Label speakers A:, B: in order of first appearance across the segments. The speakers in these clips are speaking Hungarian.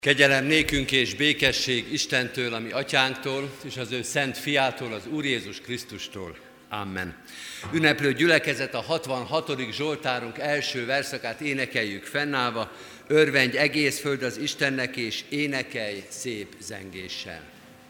A: Kegyelem nékünk és békesség Istentől, ami atyánktól, és az ő szent fiától, az Úr Jézus Krisztustól. Amen. Ünneplő gyülekezet, a 66. Zsoltárunk első verszakát énekeljük fennállva. Örvendj egész föld az Istennek, és énekelj szép zengéssel.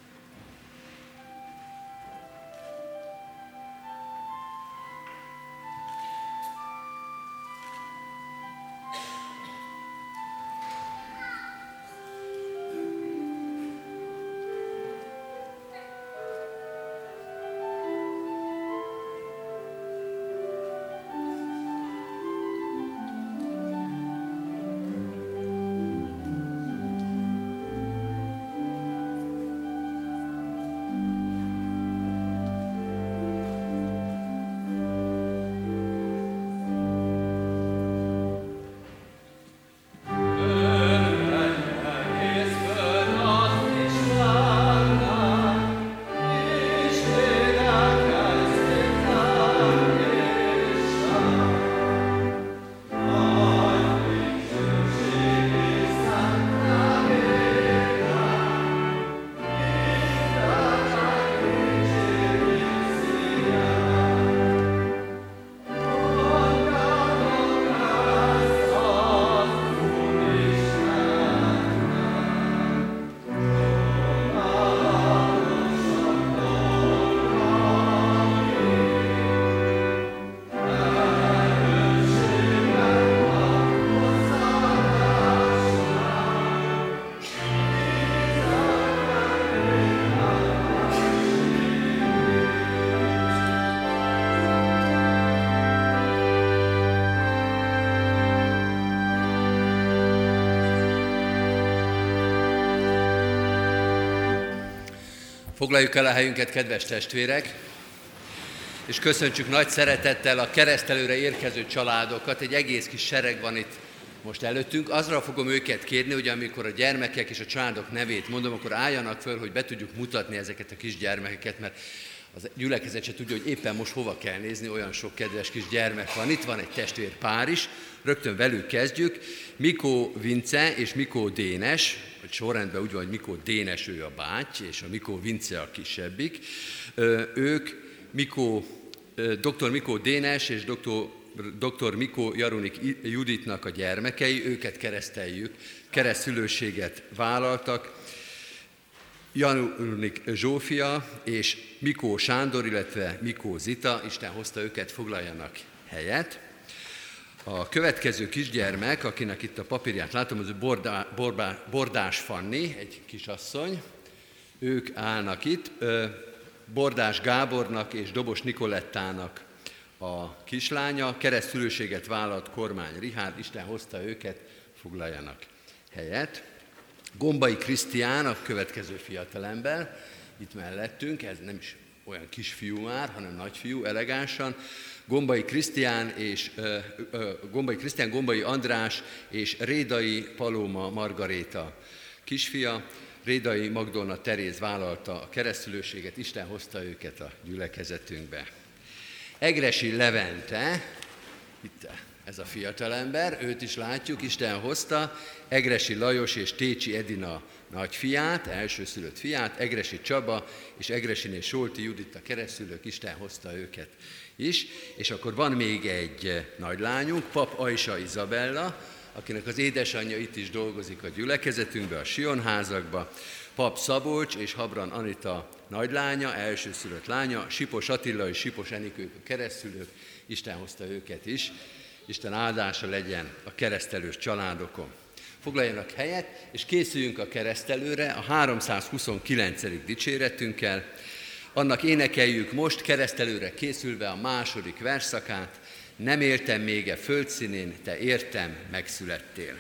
A: Foglaljuk el a helyünket, kedves testvérek, és köszöntsük nagy szeretettel a keresztelőre érkező családokat. Egy egész kis sereg van itt most előttünk. Azra fogom őket kérni, hogy amikor a gyermekek és a családok nevét mondom, akkor álljanak föl, hogy be tudjuk mutatni ezeket a kis gyermekeket, mert az gyülekezet se tudja, hogy éppen most hova kell nézni, olyan sok kedves kis gyermek van. Itt van egy testvérpár is, rögtön velük kezdjük. Mikó Vince és Mikó Dénes, vagy sorrendben úgy van, hogy Mikó Dénes, ő a báty, és a Mikó Vince a kisebbik. Ők dr. Mikó Dénes és dr. Mikó Jarunik Juditnak a gyermekei, őket kereszteljük, keresztszülőséget vállaltak. Jarunik Zsófia és Mikó Sándor, illetve Mikó Zita, Isten hozta őket, foglaljanak helyet. A következő kisgyermek, akinek itt a papírját látom, az Bordás Fanni, egy kisasszony. Ők állnak itt. Bordás Gábornak és Dobos Nikolettának a kislánya. Keresztszülőséget vállalt Kormány Rihárd, Isten hozta őket, foglaljanak helyet. Gombai Krisztián, a következő fiatalember, itt mellettünk, ez nem is olyan kisfiú már, hanem nagyfiú, elegánsan. Gombai Krisztián, Gombai András és Rédai Paloma Margaréta kisfia. Rédai Magdolna Teréz vállalta a keresztülőséget, Isten hozta őket a gyülekezetünkbe. Egressy Levente, itt ez a fiatalember, őt is látjuk, Isten hozta, Egressy Lajos és Técsi Edina nagyfiát, elsőszülött fiát, Egressy Csaba és Egressy Solti Judit a keresztülők, Isten hozta őket is. És akkor van még egy nagylányunk, Pap Ajsa Izabella, akinek az édesanyja itt is dolgozik a gyülekezetünkben, a Sionházakban. Pap Szabolcs és Habran Anita nagylánya, elsőszülött lánya, Sipos Attila és Sipos Enikő keresztülők, Isten hozta őket is. Isten áldása legyen a keresztelős családokon. Foglaljanak helyet, és készüljünk a keresztelőre a 329. dicséretünkkel. Annak énekeljük most, keresztelőre készülve a második versszakát. Nem éltem még a földszínén, te értem, megszülettél.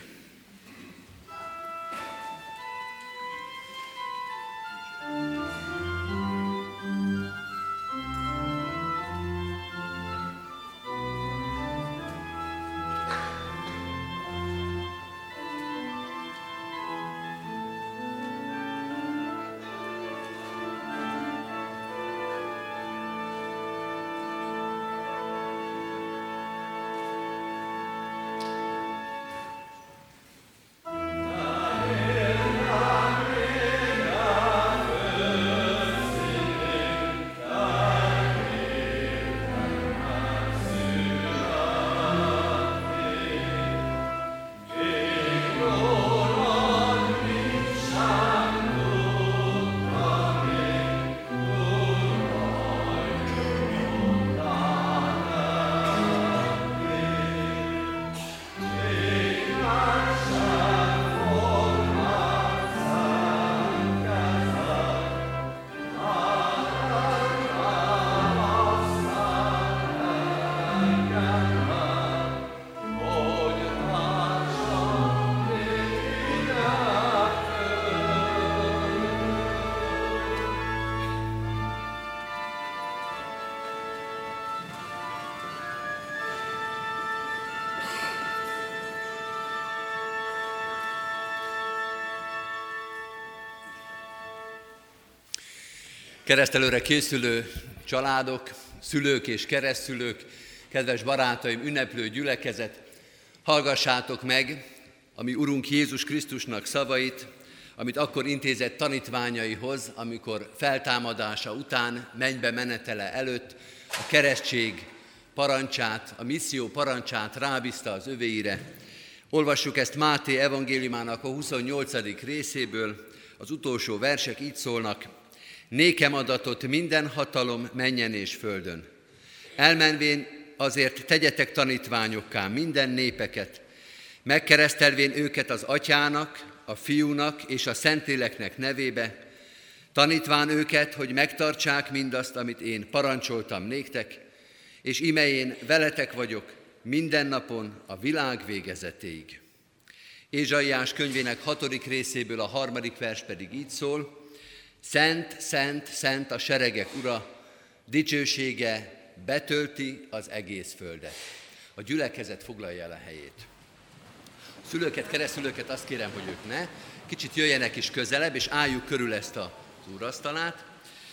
A: Keresztelőre készülő családok, szülők és keresztszülők, kedves barátaim, ünneplő gyülekezet, hallgassátok meg a mi Urunk Jézus Krisztusnak szavait, amit akkor intézett tanítványaihoz, amikor feltámadása után, mennybe menetele előtt a keresztség parancsát, a misszió parancsát rábízta az övéire. Olvassuk ezt Máté evangéliumának a 28. részéből, az utolsó versek így szólnak: Nékem adatott minden hatalom mennyen és földön. Elmenvén azért tegyetek tanítványokká minden népeket, megkeresztelvén őket az Atyának, a Fiúnak és a Szentléleknek nevébe, tanítván őket, hogy megtartsák mindazt, amit én parancsoltam néktek, és íme én veletek vagyok minden napon a világ végezetéig. Ézsaiás könyvének 6. részéből a 3. vers pedig így szól: Szent, szent, szent a seregek Ura, dicsősége betölti az egész földet. A gyülekezet foglalja el a helyét. A szülőket, keresztülőket azt kérem, hogy ők ne, kicsit jöjjenek is közelebb, és álljuk körül ezt az úrasztalát.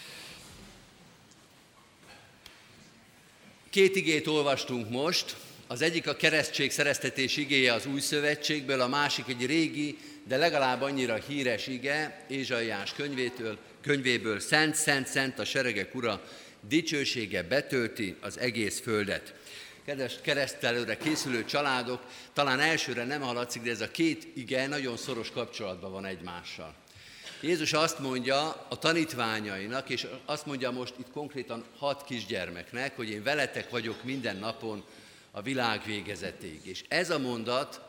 A: 2 igét olvastunk most, az egyik a keresztség szereztetés igéje az Új Szövetségből, a másik egy régi, de legalább annyira híres ige, Ézsaiás könyvéből: Szent, szent, szent a seregek Ura, dicsősége betölti az egész földet. Kedves keresztelőre készülő családok, talán elsőre nem hallatszik, de ez a 2 ige nagyon szoros kapcsolatban van egymással. Jézus azt mondja a tanítványainak, és azt mondja most itt konkrétan 6 kisgyermeknek, hogy én veletek vagyok minden napon a világ végezetéig. És ez a mondat,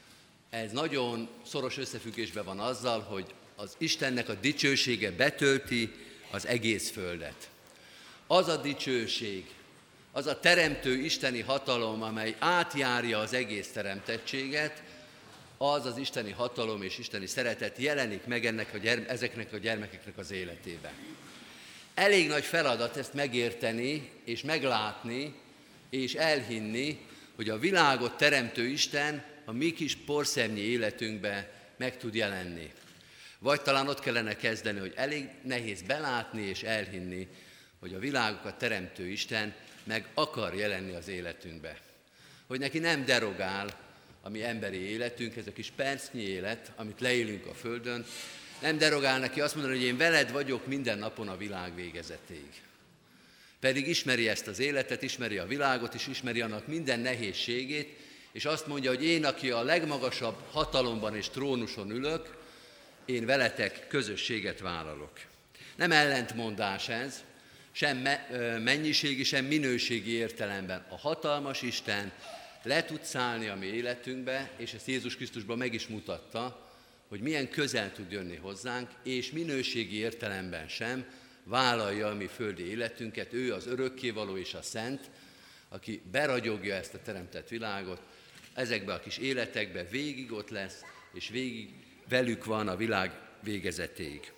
A: ez nagyon szoros összefüggésben van azzal, hogy az Istennek a dicsősége betölti az egész földet. Az a dicsőség, az a teremtő isteni hatalom, amely átjárja az egész teremtettséget, az az isteni hatalom és isteni szeretet jelenik meg ezeknek a gyermekeknek az életében. Elég nagy feladat ezt megérteni, és meglátni, és elhinni, hogy a világot teremtő Isten a mi kis porszemnyi életünkbe meg tud jelenni. Vagy talán ott kellene kezdeni, hogy elég nehéz belátni és elhinni, hogy a világokat teremtő Isten meg akar jelenni az életünkbe. Hogy neki nem derogál a mi emberi életünk, ez a kis percnyi élet, amit leélünk a Földön, nem derogál neki azt mondani, hogy én veled vagyok minden napon a világ végezetéig. Pedig ismeri ezt az életet, ismeri a világot, és ismeri annak minden nehézségét, és azt mondja, hogy én, aki a legmagasabb hatalomban és trónuson ülök, én veletek közösséget vállalok. Nem ellentmondás ez, sem mennyiségi, sem minőségi értelemben. A hatalmas Isten le tud szállni a mi életünkbe, és ezt Jézus Krisztusban meg is mutatta, hogy milyen közel tud jönni hozzánk, és minőségi értelemben sem vállalja a mi földi életünket. Ő az örökkévaló és a szent, aki beragyogja ezt a teremtett világot, ezekbe a kis életekbe végig ott lesz, és végig velük van a világ végezetéig.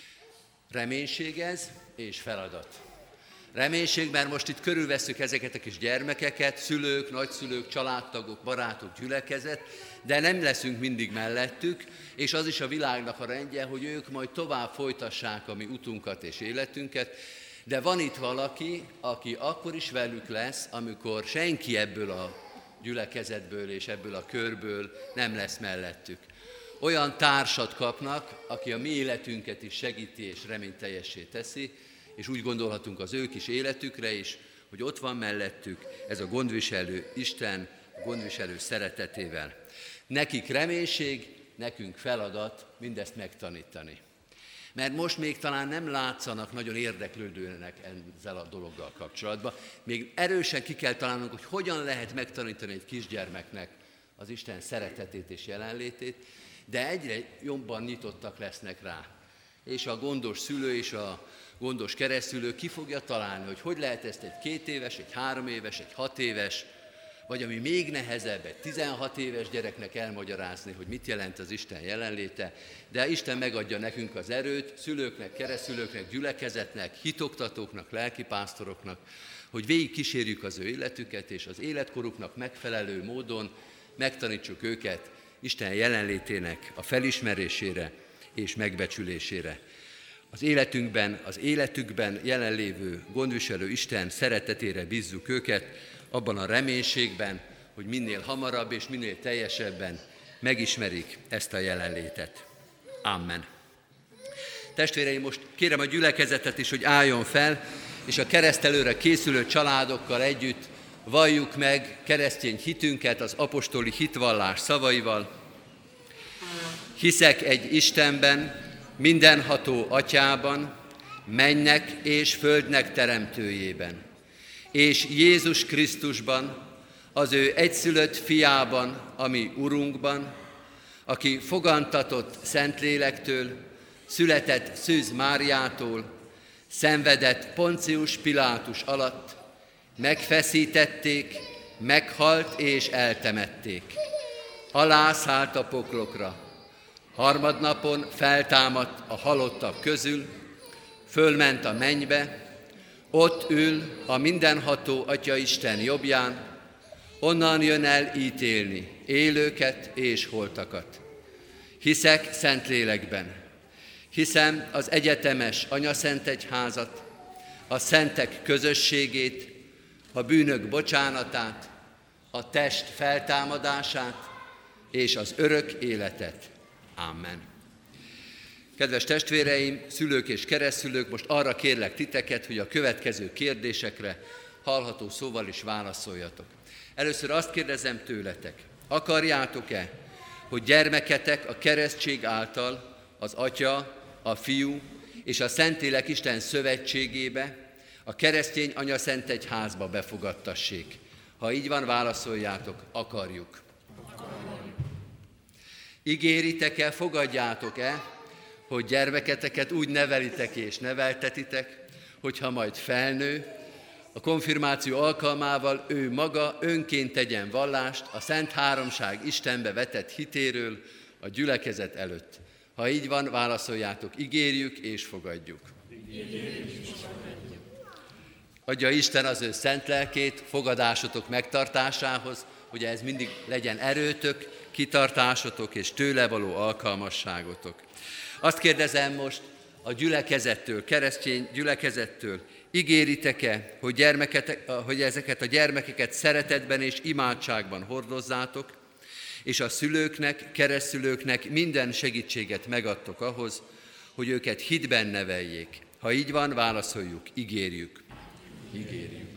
A: Reménység ez, és feladat. Reménység, mert most itt körülvesszük ezeket a kis gyermekeket, szülők, nagyszülők, családtagok, barátok, gyülekezet, de nem leszünk mindig mellettük, és az is a világnak a rendje, hogy ők majd tovább folytassák a mi utunkat és életünket, de van itt valaki, aki akkor is velük lesz, amikor senki ebből a gyülekezetből és ebből a körből nem lesz mellettük. Olyan társat kapnak, aki a mi életünket is segíti és reményteljessé teszi, és úgy gondolhatunk az ő kis életükre is, hogy ott van mellettük ez a gondviselő Isten, gondviselő szeretetével. Nekik reménység, nekünk feladat mindezt megtanítani. Mert most még talán nem látszanak nagyon érdeklődőnek ezzel a dologgal kapcsolatban. Még erősen ki kell találnunk, hogy hogyan lehet megtanítani egy kisgyermeknek az Isten szeretetét és jelenlétét, de egyre jobban nyitottak lesznek rá. És a gondos szülő és a gondos keresztülő ki fogja találni, hogy lehet ezt egy 2 éves, egy 3 éves, egy 6 éves, vagy ami még nehezebb, egy 16 éves gyereknek elmagyarázni, hogy mit jelent az Isten jelenléte, de Isten megadja nekünk az erőt, szülőknek, keresztülőknek, gyülekezetnek, hitoktatóknak, lelkipásztoroknak, hogy végig kísérjük az ő életüket, és az életkoruknak megfelelő módon megtanítsuk őket Isten jelenlétének a felismerésére és megbecsülésére. az életükben jelenlévő gondviselő Isten szeretetére bízzuk őket, abban a reménységben, hogy minél hamarabb és minél teljesebben megismerik ezt a jelenlétet. Amen. Testvéreim, most kérem a gyülekezetet is, hogy álljon fel, és a keresztelőre készülő családokkal együtt valljuk meg keresztény hitünket az apostoli hitvallás szavaival. Hiszek egy Istenben, mindenható Atyában, mennek és földnek teremtőjében, és Jézus Krisztusban, az ő egyszülött fiában, ami Urunkban, aki fogantatott Szentlélektől, született Szűz Máriától, szenvedett Poncius Pilátus alatt, megfeszítették, meghalt és eltemették. Alászállt a poklokra, harmadnapon feltámadt a halottak közül, fölment a mennybe, ott ül a mindenható Atya Isten jobbján, onnan jön el ítélni élőket és holtakat. Hiszek Szentlélekben, hiszem az egyetemes Anyaszentegyházat, a szentek közösségét, a bűnök bocsánatát, a test feltámadását és az örök életet. Amen. Kedves testvéreim, szülők és keresztszülők, most arra kérlek titeket, hogy a következő kérdésekre hallható szóval is válaszoljatok. Először azt kérdezem tőletek, akarjátok-e, hogy gyermeketek a keresztség által az Atya, a Fiú és a Szentlélek Isten szövetségébe, a keresztény Anyaszentegyházba befogadtassék? Ha így van, válaszoljátok, akarjuk. Ígéritek-e, fogadjátok-e, hogy gyermeketeket úgy nevelitek és neveltetitek, hogyha majd felnő, a konfirmáció alkalmával ő maga önként tegyen vallást a Szent Háromság Istenbe vetett hitéről a gyülekezet előtt? Ha így van, válaszoljátok, ígérjük és fogadjuk. Adja Isten az ő szent lelkét fogadásotok megtartásához, hogy ez mindig legyen erőtök, kitartásotok és tőle való alkalmasságotok. Azt kérdezem most a gyülekezettől, keresztény gyülekezettől, ígéritek-e, hogy ezeket a gyermekeket szeretetben és imádságban hordozzátok, és a szülőknek, keresztszülőknek minden segítséget megadtok ahhoz, hogy őket hitben neveljék? Ha így van, válaszoljuk, ígérjük. Ígérjük.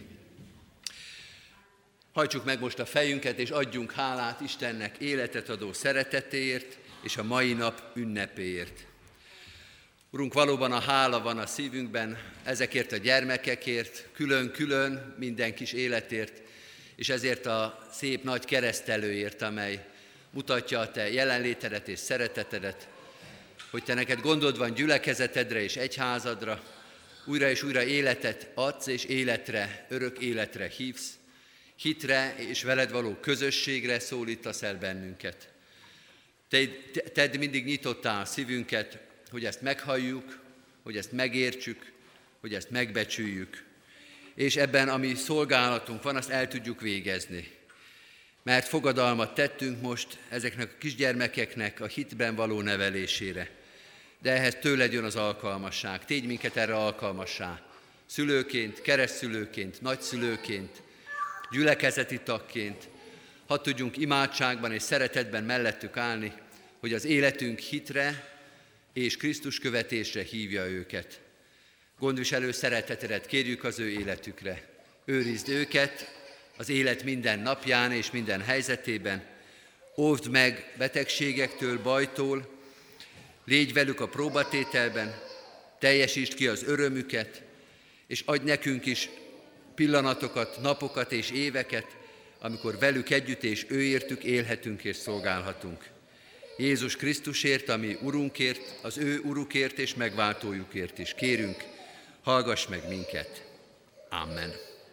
A: Hajtsuk meg most a fejünket, és adjunk hálát Istennek életet adó szeretetéért, és a mai nap ünnepéért. Urunk, valóban a hála van a szívünkben ezekért a gyermekekért, külön-külön minden kis életért, és ezért a szép nagy keresztelőért, amely mutatja a te jelenlétedet és szeretetedet, hogy te neked gondod van gyülekezetedre és egyházadra, újra és újra életet adsz, és életre, örök életre hívsz, hitre és veled való közösségre szólítasz el bennünket. Tedd mindig nyitottá a szívünket, hogy ezt meghalljuk, hogy ezt megértsük, hogy ezt megbecsüljük, és ebben, ami szolgálatunk van, azt el tudjuk végezni. Mert fogadalmat tettünk most ezeknek a kisgyermekeknek a hitben való nevelésére. De ehhez tőled jön az alkalmasság. Tégy minket erre alkalmassá. Szülőként, keresztszülőként, nagyszülőként, gyülekezeti tagként, hadd tudjunk imádságban és szeretetben mellettük állni, hogy az életünk hitre és Krisztus követésre hívja őket. Gondviselő szeretetedet kérjük az ő életükre. Őrizd őket az élet minden napján és minden helyzetében. Óvd meg betegségektől, bajtól, légy velük a próbatételben, teljesítsd ki az örömüket, és adj nekünk is pillanatokat, napokat és éveket, amikor velük együtt és őértük élhetünk és szolgálhatunk. Jézus Krisztusért, ami Urunkért, az ő Urukért és megváltójukért is kérünk, hallgass meg minket. Amen.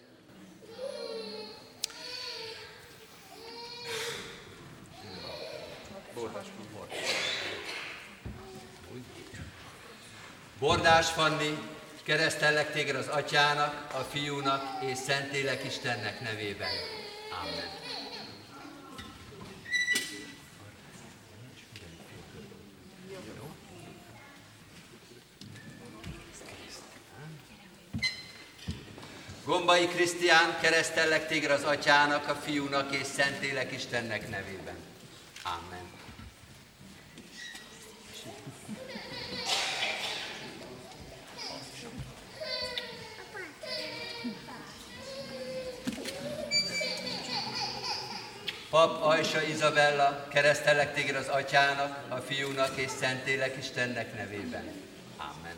A: Bordás Fanni, keresztellek téged az Atyának, a Fiúnak és Szentlélek Istennek nevében. Amen. Gombai Krisztián, keresztellek téged az Atyának, a Fiúnak és Szentlélek Istennek nevében. Amen. Pap Ajsa Izabella, keresztellek téged az Atyának, a Fiúnak és Szentlélek Istennek nevében. Amen.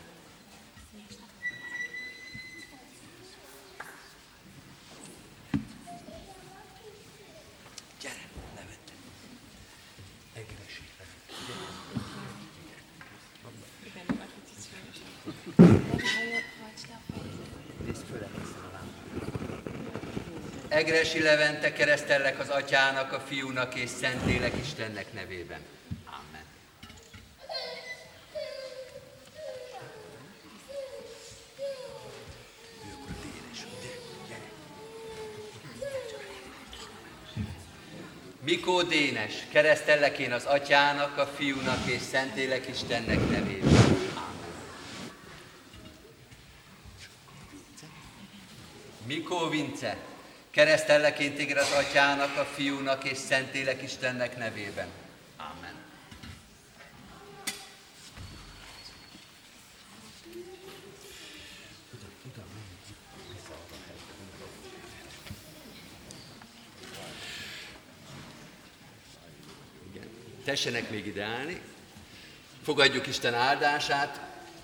A: Gyere, Levente. Egeresi. Egressy Levente, keresztellek az Atyának, a Fiúnak és Szentlélek Istennek nevében. Amen. Mikó Dénes, keresztellek én az Atyának, a Fiúnak és Szentlélek Istennek nevében. Amen. Mikó Vince, keresztellek én téged az Atyának, a Fiúnak és Szentlélek Istennek nevében. Amen. Tessenek még ide állni. Fogadjuk Isten áldását.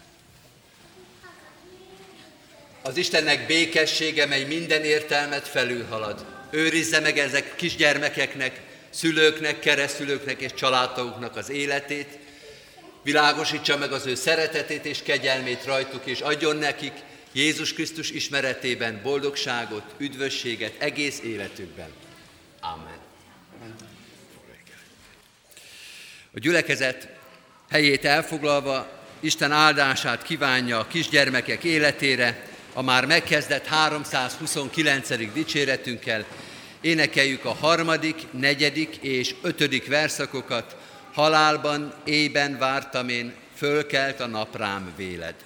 A: Az Istennek békessége, mely minden értelmet felülhalad, őrizze meg ezek kisgyermekeknek, szülőknek, keresztülőknek és családtagoknak az életét, világosítsa meg az ő szeretetét és kegyelmét rajtuk, és adjon nekik Jézus Krisztus ismeretében boldogságot, üdvösséget egész életükben. Amen. A gyülekezet helyét elfoglalva Isten áldását kívánja a kisgyermekek életére, a már megkezdett 329. dicséretünkkel. Énekeljük a 3., 4. és 5. verszakokat. Halálban, éjben vártam én, fölkelt a nap rám véled.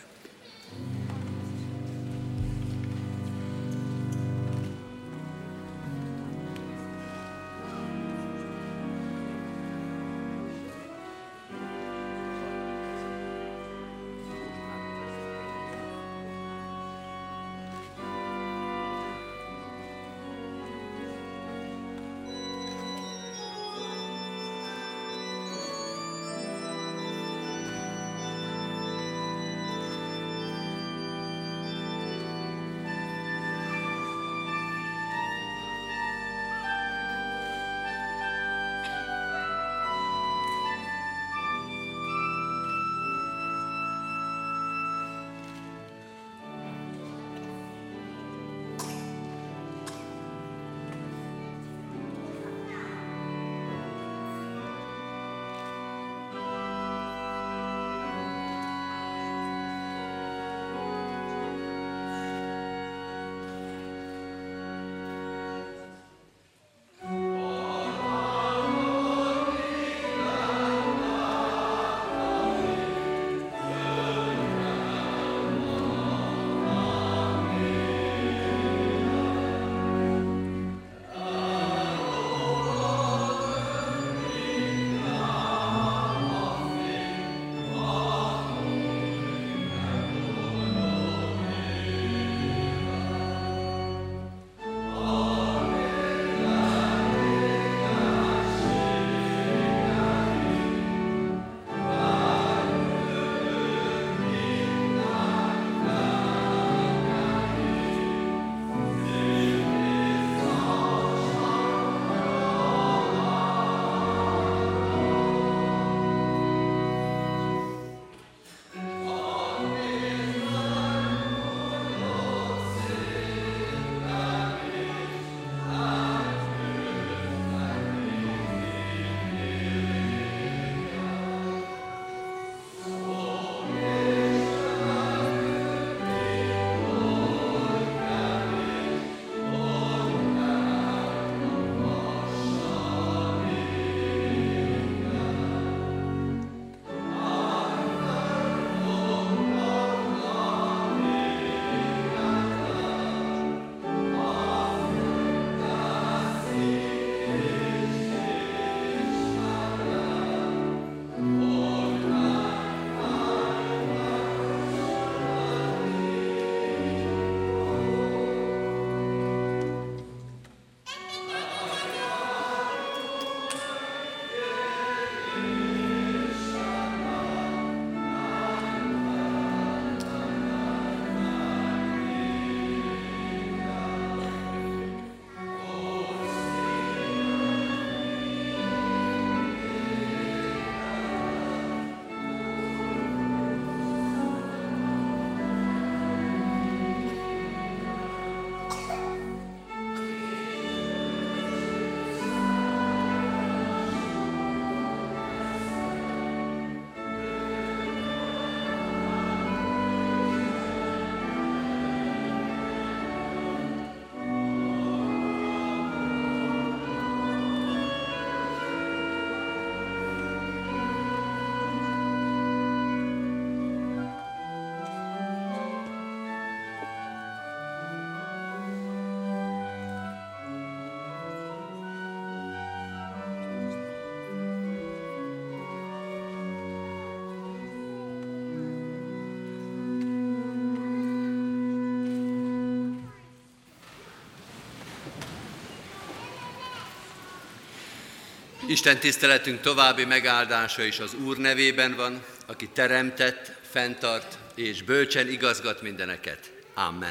A: Isten tiszteletünk további megáldása is az Úr nevében van, aki teremtett, fenntart és bölcsen igazgat mindeneket. Amen.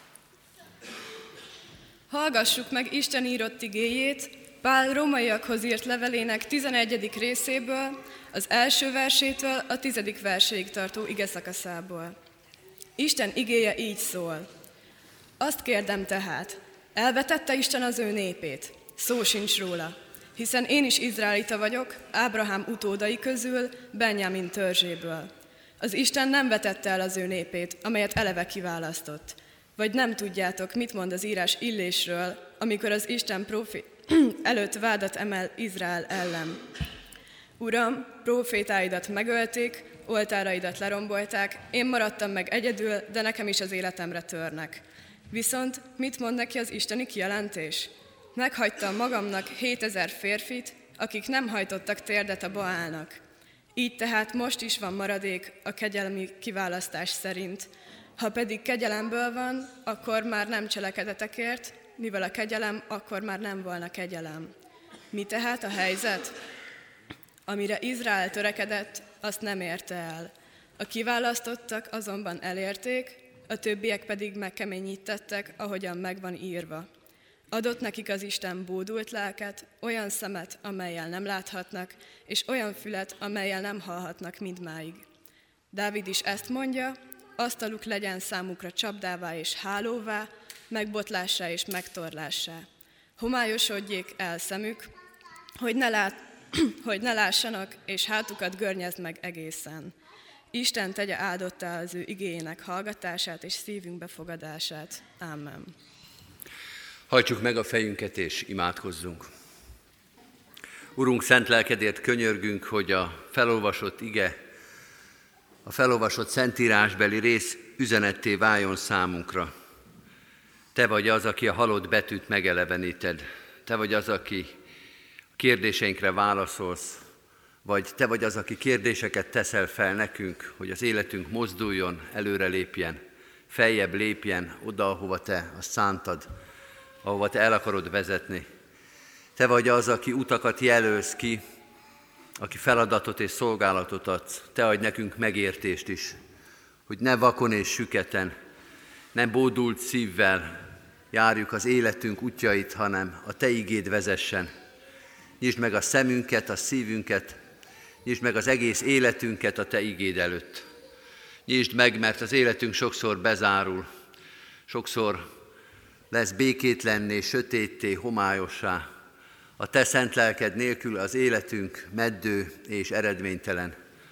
B: Hallgassuk meg Isten írott igéjét, Pál rómaiakhoz írt levelének 11. részéből, az első versétől a 10. verséig tartó igeszakaszából. Isten igéje így szól. Azt kérdem tehát, elvetette Isten az ő népét? Szó sincs róla, hiszen én is izraelita vagyok, Ábrahám utódai közül, Benjamin törzséből. Az Isten nem vetette el az ő népét, amelyet eleve kiválasztott. Vagy nem tudjátok, mit mond az írás Illésről, amikor az Isten előtt vádat emel Izrael ellen. Uram, prófétáidat megölték, oltáraidat lerombolták, én maradtam meg egyedül, de nekem is az életemre törnek. Viszont mit mond neki az isteni kijelentés? Meghagytam magamnak 7000 férfit, akik nem hajtottak térdet a Baálnak. Így tehát most is van maradék a kegyelmi kiválasztás szerint. Ha pedig kegyelemből van, akkor már nem cselekedetekért, mivel a kegyelem, akkor már nem volna kegyelem. Mi tehát a helyzet? Amire Izrael törekedett, azt nem érte el. A kiválasztottak azonban elérték, a többiek pedig megkeményítettek, ahogyan megvan írva. Adott nekik az Isten bódult lelket, olyan szemet, amellyel nem láthatnak, és olyan fület, amellyel nem hallhatnak mindmáig. Dávid is ezt mondja, asztaluk legyen számukra csapdává és hálóvá, megbotlássá és megtorlássá. Homályosodjék el szemük, hogy ne lássanak, és hátukat görnyezd meg egészen. Isten tegye áldottá az ő igéjének hallgatását és szívünk befogadását. Amen.
A: Hajtsuk meg a fejünket és imádkozzunk. Urunk, szent lelkedért könyörgünk, hogy a felolvasott ige, a felolvasott szentírásbeli rész üzenetté váljon számunkra. Te vagy az, aki a halott betűt megeleveníted. Te vagy az, aki kérdéseinkre válaszolsz, vagy te vagy az, aki kérdéseket teszel fel nekünk, hogy az életünk mozduljon, előrelépjen, feljebb lépjen oda, ahova te azt szántad, ahova te el akarod vezetni. Te vagy az, aki utakat jelölsz ki, aki feladatot és szolgálatot adsz. Te adj nekünk megértést is, hogy ne vakon és süketen, nem bódult szívvel járjuk az életünk útjait, hanem a te igéd vezessen. Nyisd meg a szemünket, a szívünket, nyisd meg az egész életünket a te igéd előtt. Nyisd meg, mert az életünk sokszor bezárul, sokszor lesz békétlenné, sötétté, homályossá. A te szent lelked nélkül az életünk meddő és eredménytelen.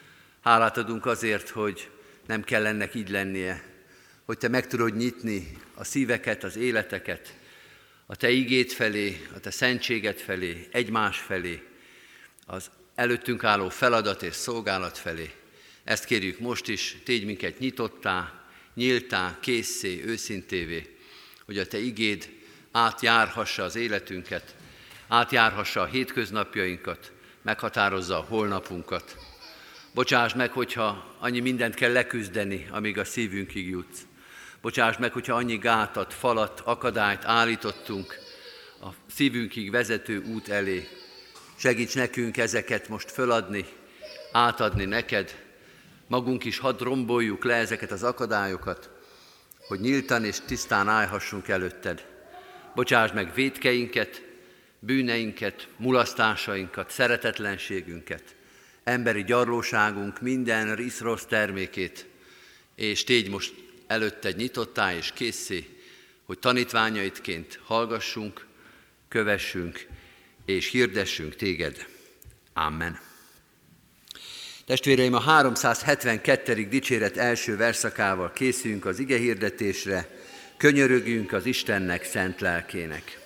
A: Hálát adunk azért, hogy nem kell ennek így lennie, hogy te meg tudod nyitni a szíveket, az életeket, a te igéd felé, a te szentséged felé, egymás felé, az előttünk álló feladat és szolgálat felé. Ezt kérjük most is, tégy minket nyitottá, nyíltá, késszé, őszintévé, hogy a te igéd átjárhassa az életünket, átjárhassa a hétköznapjainkat, meghatározza a holnapunkat. Bocsáss meg, hogyha annyi mindent kell leküzdeni, amíg a szívünkig jutsz. Bocsáss meg, hogyha annyi gátat, falat, akadályt állítottunk a szívünkig vezető út elé. Segíts nekünk ezeket most föladni, átadni neked. Magunk is hadd romboljuk le ezeket az akadályokat, hogy nyíltan és tisztán állhassunk előtted. Bocsáss meg vétkeinket, bűneinket, mulasztásainkat, szeretetlenségünket, emberi gyarlóságunk minden rossz termékét, és tégy most előtted nyitottá és készé, hogy tanítványaidként hallgassunk, kövessünk és hirdessünk téged. Amen. Testvéreim, a 372. dicséret első verszakával készülünk az igehirdetésre, könyörögjünk az Istennek szent lelkének.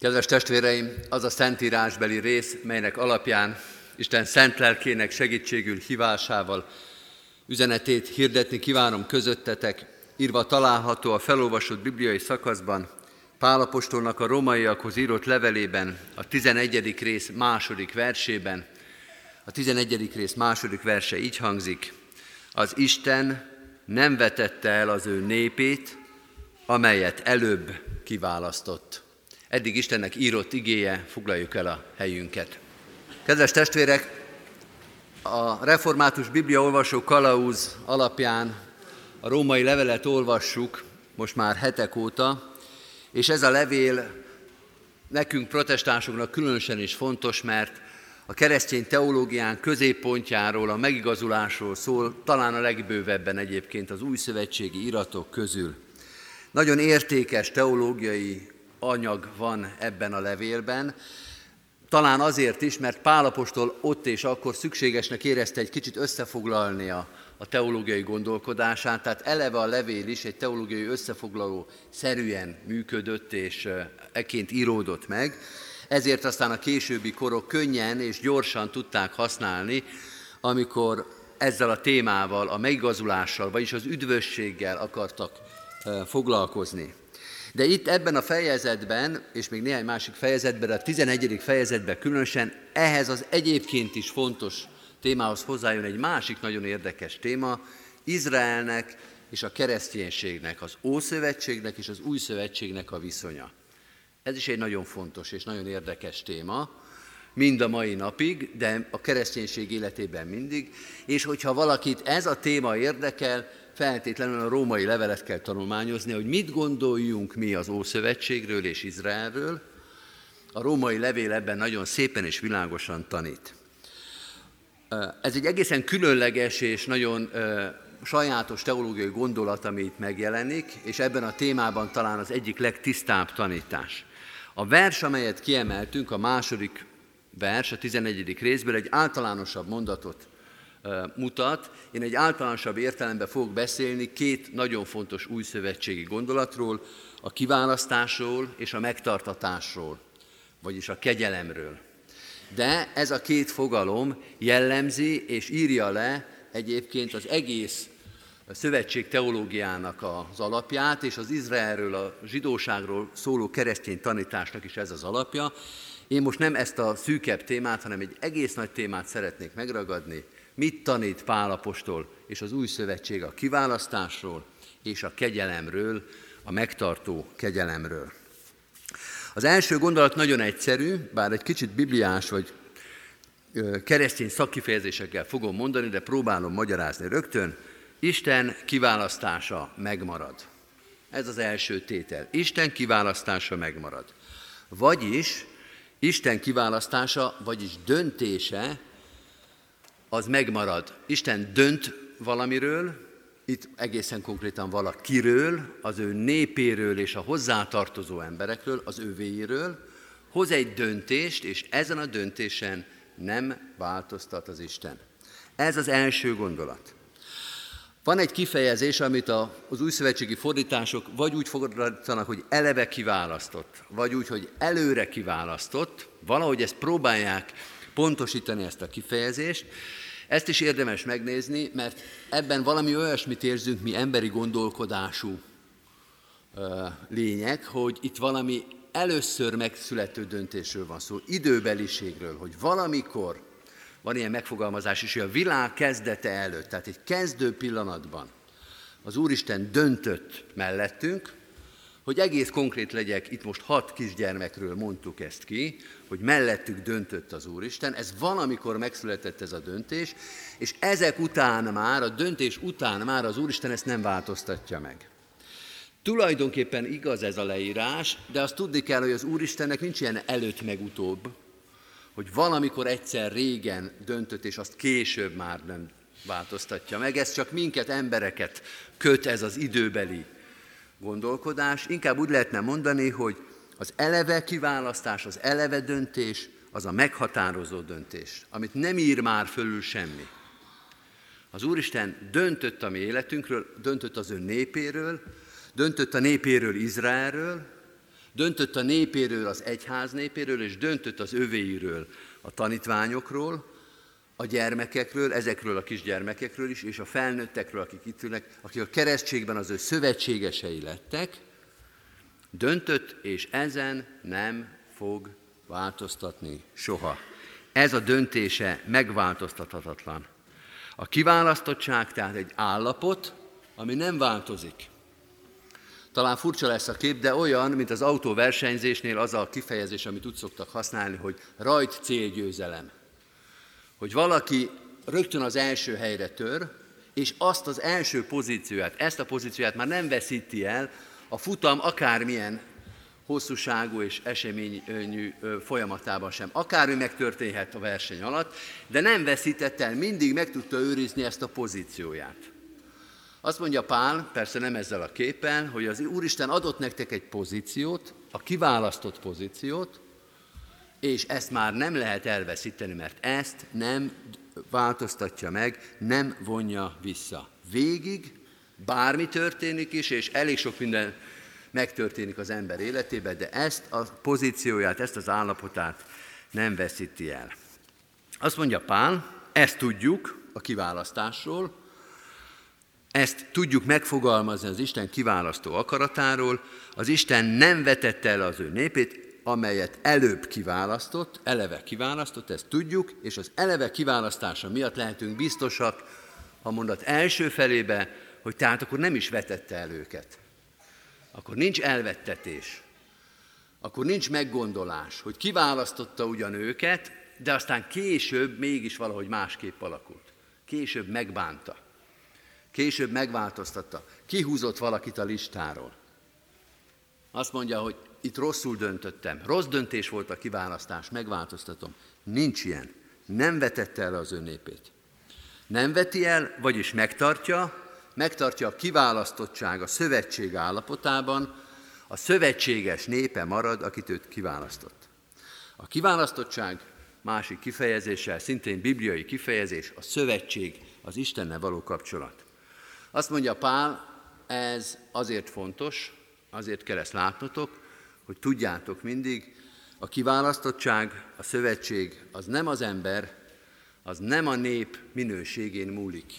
A: Kedves testvéreim, az a szentírásbeli rész, melynek alapján Isten szent lelkének segítségül hívásával üzenetét hirdetni kívánom közöttetek, írva található a felolvasott bibliai szakaszban, Pál apostolnak a rómaiakhoz írott levelében, a 11. rész második versében. A 11. rész második verse így hangzik: az Isten nem vetette el az ő népét, amelyet előbb kiválasztott. Eddig Istennek írott igéje, foglaljuk el a helyünket. Kedves testvérek, a református bibliaolvasó kalauz alapján a római levelet olvassuk most már hetek óta, és ez a levél nekünk protestánsoknak különösen is fontos, mert a keresztény teológián középpontjáról, a megigazulásról szól, talán a legbővebben egyébként az újszövetségi iratok közül. Nagyon értékes teológiai anyag van ebben a levélben, talán azért is, mert Pál apostol ott és akkor szükségesnek érezte egy kicsit összefoglalni a teológiai gondolkodását, tehát eleve a levél is egy teológiai összefoglaló szerűen működött és ekként íródott meg, ezért aztán a későbbi korok könnyen és gyorsan tudták használni, amikor ezzel a témával, a megigazulással, vagyis az üdvösséggel akartak foglalkozni. De itt ebben a fejezetben, és még néhány másik fejezetben, a 11. fejezetben különösen ehhez az egyébként is fontos témához hozzájön egy másik nagyon érdekes téma, Izraelnek és a kereszténységnek, az Ószövetségnek és az Újszövetségnek a viszonya. Ez is egy nagyon fontos és nagyon érdekes téma, mind a mai napig, de a kereszténység életében mindig, és hogyha valakit ez a téma érdekel, feltétlenül a római levelet kell tanulmányozni, hogy mit gondoljunk mi az Ószövetségről és Izraelről. A római levél ebben nagyon szépen és világosan tanít. Ez egy egészen különleges és nagyon sajátos teológiai gondolat, ami itt megjelenik, és ebben a témában talán az egyik legtisztább tanítás. A vers, amelyet kiemeltünk, a második vers, a 11. részből egy általánosabb mondatot mutat. Én egy általánosabb értelemben fogok beszélni két nagyon fontos újszövetségi gondolatról, a kiválasztásról és a megtartatásról, vagyis a kegyelemről. De ez a két fogalom jellemzi és írja le egyébként az egész szövetség teológiának az alapját, és az Izraelről, a zsidóságról szóló keresztény tanításnak is ez az alapja. Én most nem ezt a szűkebb témát, hanem egy egész nagy témát szeretnék megragadni. Mit tanít Pál apostol és az új szövetség a kiválasztásról és a kegyelemről, a megtartó kegyelemről. Az első gondolat nagyon egyszerű, bár egy kicsit bibliás vagy keresztény szakkifejezésekkel fogom mondani, de próbálom magyarázni rögtön. Isten kiválasztása megmarad. Ez az első tétel. Isten kiválasztása megmarad. Vagyis Isten kiválasztása, vagyis döntése, az megmarad. Isten dönt valamiről, itt egészen konkrétan valakiről, az ő népéről és a hozzátartozó emberekről, az övéiről, hoz egy döntést, és ezen a döntésen nem változtat az Isten. Ez az első gondolat. Van egy kifejezés, amit az újszövetségi fordítások vagy úgy fordítanak, hogy eleve kiválasztott, vagy úgy, hogy előre kiválasztott, valahogy ezt próbálják pontosítani, ezt a kifejezést. Ezt is érdemes megnézni, mert ebben valami olyasmit érzünk mi emberi gondolkodású lények, hogy itt valami először megszülető döntésről van szó, időbeliségről, hogy valamikor, van ilyen megfogalmazás is, hogy a világ kezdete előtt, tehát egy kezdő pillanatban az Úristen döntött mellettünk, hogy egész konkrét legyek, itt most 6 kisgyermekről mondtuk ezt ki, hogy mellettük döntött az Úristen, ez valamikor megszületett ez a döntés, és ezek után már, a döntés után már az Úristen ezt nem változtatja meg. Tulajdonképpen igaz ez a leírás, de azt tudni kell, hogy az Úristennek nincs ilyen előtt meg utóbb, hogy valamikor egyszer régen döntött, és azt később már nem változtatja meg. Ez csak minket, embereket köt ez az időbeli gondolkodás. Inkább úgy lehetne mondani, hogy az eleve kiválasztás, az eleve döntés, az a meghatározó döntés, amit nem ír már fölül semmi. Az Úristen döntött a mi életünkről, döntött az ő népéről, döntött a népéről, Izraelről, Döntött a népéről, az egyház népéről, és döntött az övéiről, a tanítványokról, a gyermekekről, ezekről a kisgyermekekről is, és a felnőttekről, akik itt ülnek, akik a keresztségben az ő szövetségesei lettek, döntött, és ezen nem fog változtatni soha. Ez a döntése megváltoztathatatlan. A kiválasztottság tehát egy állapot, ami nem változik. Talán furcsa lesz a kép, de olyan, mint az autóversenyzésnél az a kifejezés, amit úgy szoktak használni, hogy rajt célgyőzelem. Hogy valaki rögtön az első helyre tör, és azt az első pozícióját, ezt a pozícióját már nem veszíti el a futam akármilyen hosszúságú és eseményű folyamatában sem. Akármi megtörténhet a verseny alatt, de nem veszített el, mindig meg tudta őrizni ezt a pozícióját. Azt mondja Pál, persze nem ezzel a képpel, hogy az Úristen adott nektek egy pozíciót, a kiválasztott pozíciót, és ezt már nem lehet elveszíteni, mert ezt nem változtatja meg, nem vonja vissza. Végig, bármi történik is, és elég sok minden megtörténik az ember életében, de ezt a pozícióját, ezt az állapotát nem veszíti el. Azt mondja Pál, ezt tudjuk a kiválasztásról, ezt tudjuk megfogalmazni az Isten kiválasztó akaratáról, az Isten nem vetette el az ő népét, amelyet előbb kiválasztott, eleve kiválasztott, ezt tudjuk, és az eleve kiválasztása miatt lehetünk biztosak a mondat első felébe, hogy tehát akkor nem is vetette el őket. Akkor nincs elvettetés, akkor nincs meggondolás, hogy kiválasztotta ugyan őket, de aztán később mégis valahogy másképp alakult. Később megbánta, később megváltoztatta, kihúzott valakit a listáról. Azt mondja, hogy itt rosszul döntöttem, rossz döntés volt a kiválasztás, megváltoztatom. Nincs ilyen. Nem vetette el az ő népét. Nem veti el, vagyis megtartja a kiválasztottság a szövetség állapotában, a szövetséges népe marad, akit őt kiválasztott. A kiválasztottság másik kifejezéssel, szintén bibliai kifejezés, a szövetség, az Istennel való kapcsolat. Azt mondja Pál, ez azért fontos, azért kell ezt látnotok, hogy tudjátok mindig, a kiválasztottság, a szövetség, az nem az ember, az nem a nép minőségén múlik.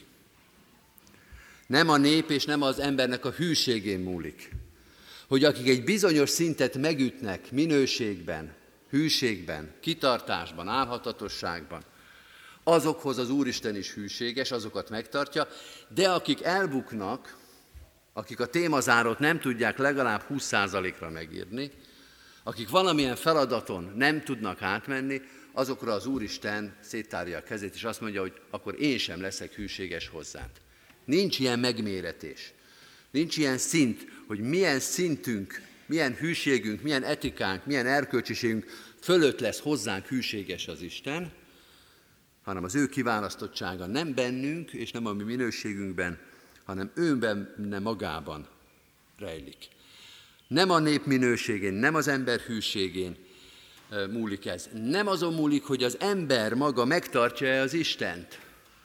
A: Nem a nép és nem az embernek a hűségén múlik. Hogy akik egy bizonyos szintet megütnek minőségben, hűségben, kitartásban, álhatatosságban, azokhoz az Úristen is hűséges, azokat megtartja, de akik elbuknak, akik a témazárót nem tudják legalább 20%-ra megírni, akik valamilyen feladaton nem tudnak átmenni, azokra az Úristen széttárja a kezét, és azt mondja, hogy akkor én sem leszek hűséges hozzád. Nincs ilyen megméretés, nincs ilyen szint, hogy milyen szintünk, milyen hűségünk, milyen etikánk, milyen erkölcsiségünk fölött lesz hozzánk hűséges az Isten, hanem az ő kiválasztottsága nem bennünk, és nem a mi minőségünkben, hanem ő benne magában rejlik. Nem a nép minőségén, nem az ember hűségén múlik ez. Nem azon múlik, hogy az ember maga megtartja-e az Istent,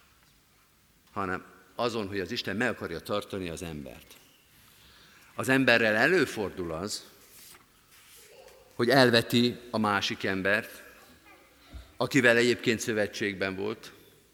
A: hanem azon, hogy az Isten meg akarja tartani az embert. Az emberrel előfordul az, hogy elveti a másik embert, akivel egyébként szövetségben volt,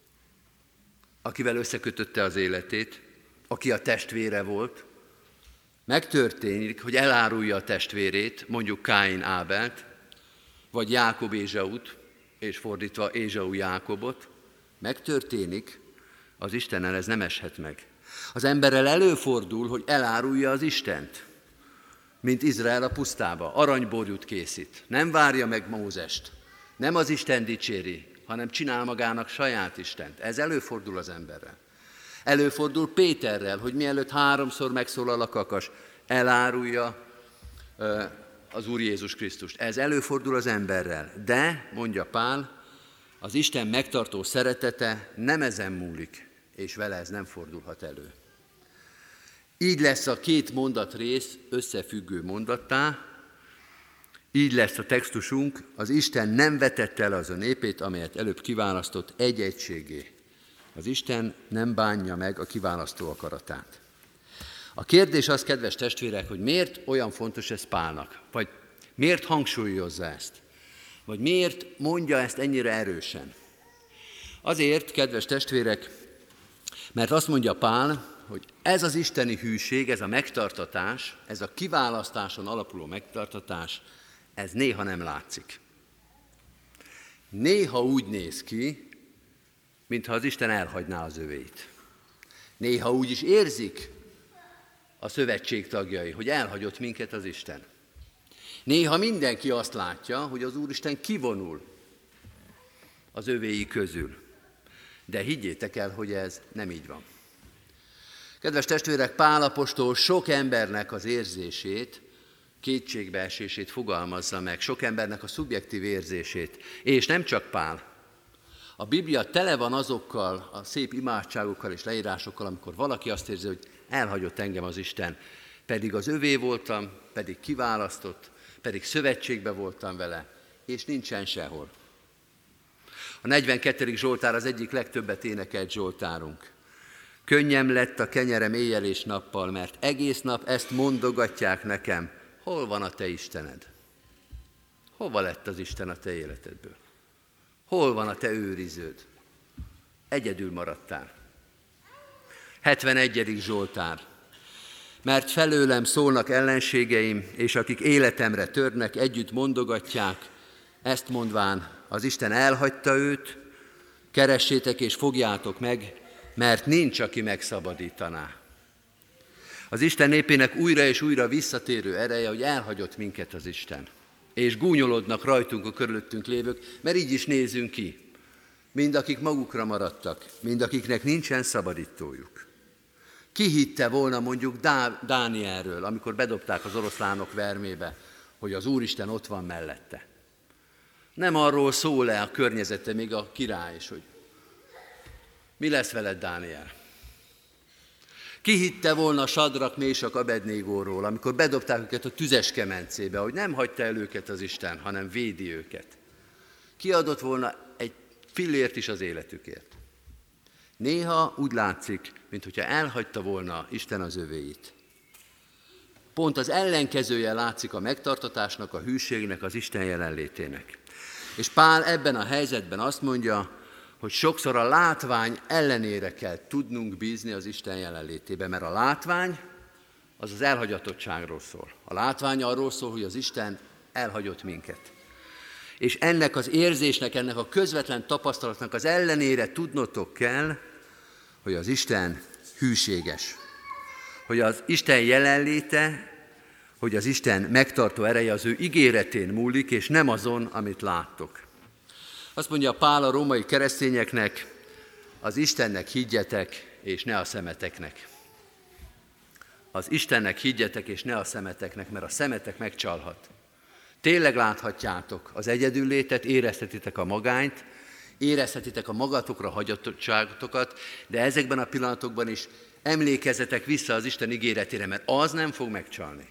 A: akivel összekötötte az életét, aki a testvére volt. Megtörténik, hogy elárulja a testvérét, mondjuk Káin Ábelt, vagy Jákob Ézsaut, és fordítva Ézsau Jákobot. Megtörténik, az Istennel ez nem eshet meg. Az emberrel előfordul, hogy elárulja az Istent, mint Izrael a pusztába, aranyborjút készít. Nem várja meg Mózest, nem az Isten dicséri, hanem csinál magának saját Istent. Ez előfordul az emberrel. Előfordul Péterrel, hogy mielőtt 3-szor megszólal a kakas, elárulja az Úr Jézus Krisztust. Ez előfordul az emberrel. De, mondja Pál, az Isten megtartó szeretete nem ezen múlik, és vele ez nem fordulhat elő. Így lesz a két mondatrész összefüggő mondattá, így lesz a textusunk, az Isten nem vetette el az a népét, amelyet előbb kiválasztott egy egységé. Az Isten nem bánja meg a kiválasztó akaratát. A kérdés az, kedves testvérek, hogy miért olyan fontos ez Pálnak? Vagy Miért hangsúlyozza ezt? Vagy miért mondja ezt ennyire erősen? Azért, kedves testvérek, mert azt mondja Pál, hogy ez az isteni hűség, ez a megtartatás, ez a kiválasztáson alapuló megtartatás, ez néha nem látszik. Néha úgy néz ki, mintha az Isten elhagyná az övéit. Néha úgy is érzik a szövetség tagjai, hogy elhagyott minket az Isten. Néha mindenki azt látja, hogy az Úristen kivonul az övéi közül. De higgyétek el, hogy ez nem így van. Kedves testvérek, Pál apostol sok embernek az érzését, kétségbeesését fogalmazza meg, sok embernek a szubjektív érzését, és nem csak Pál. A Biblia tele van azokkal a szép imádságokkal és leírásokkal, amikor valaki azt érzi, hogy elhagyott engem az Isten, pedig az övé voltam, pedig kiválasztott, pedig szövetségbe voltam vele, és nincsen sehol. A 42. Zsoltár az egyik legtöbbet énekelt zsoltárunk. Könnyem lett a kenyerem éjjel és nappal, mert egész nap ezt mondogatják nekem. Hol van a te Istened? Hova lett az Isten a te életedből? Hol van a te őriződ? Egyedül maradtál. 71. Zsoltár. Mert felőlem szólnak ellenségeim, és akik életemre törnek, együtt mondogatják, ezt mondván, az Isten elhagyta őt, keressétek és fogjátok meg, mert nincs, aki megszabadítaná. Az Isten népének újra és újra visszatérő ereje, hogy elhagyott minket az Isten. És gúnyolodnak rajtunk a körülöttünk lévők, mert így is nézünk ki. Mind akik magukra maradtak, mind akiknek nincsen szabadítójuk. Ki hitte volna mondjuk Dánielről, amikor bedobták az oroszlánok vermébe, hogy az Úristen ott van mellette. Nem arról szól-e a környezete, még a király is, hogy mi lesz veled, Dániel? Ki hitte volna Sadrak, Mésak, Abednégóról, amikor bedobták őket a tüzes kemencébe, hogy nem hagyta el őket az Isten, hanem védi őket? Ki adott volna egy fillért is az életükért? Néha úgy látszik, mintha elhagyta volna Isten az övéit. Pont az ellenkezője látszik a megtartatásnak, a hűségnek, az Isten jelenlétének. És Pál ebben a helyzetben azt mondja, hogy sokszor a látvány ellenére kell tudnunk bízni az Isten jelenlétébe, mert a látvány az az elhagyatottságról szól. A látvány arról szól, hogy az Isten elhagyott minket. És ennek az érzésnek, ennek a közvetlen tapasztalatnak az ellenére tudnotok kell, hogy az Isten hűséges. Hogy az Isten jelenléte, hogy az Isten megtartó ereje az ő ígéretén múlik, és nem azon, amit láttok. Azt mondja Pál a római keresztényeknek, az Istennek higgyetek, és ne a szemeteknek. Az Istennek higgyetek, és ne a szemeteknek, mert a szemetek megcsalhat. Tényleg láthatjátok az egyedüllétet, érezhetitek a magányt, érezhetitek a magatokra hagyatottságotokat, de ezekben a pillanatokban is emlékezzetek vissza az Isten ígéretére, mert az nem fog megcsalni.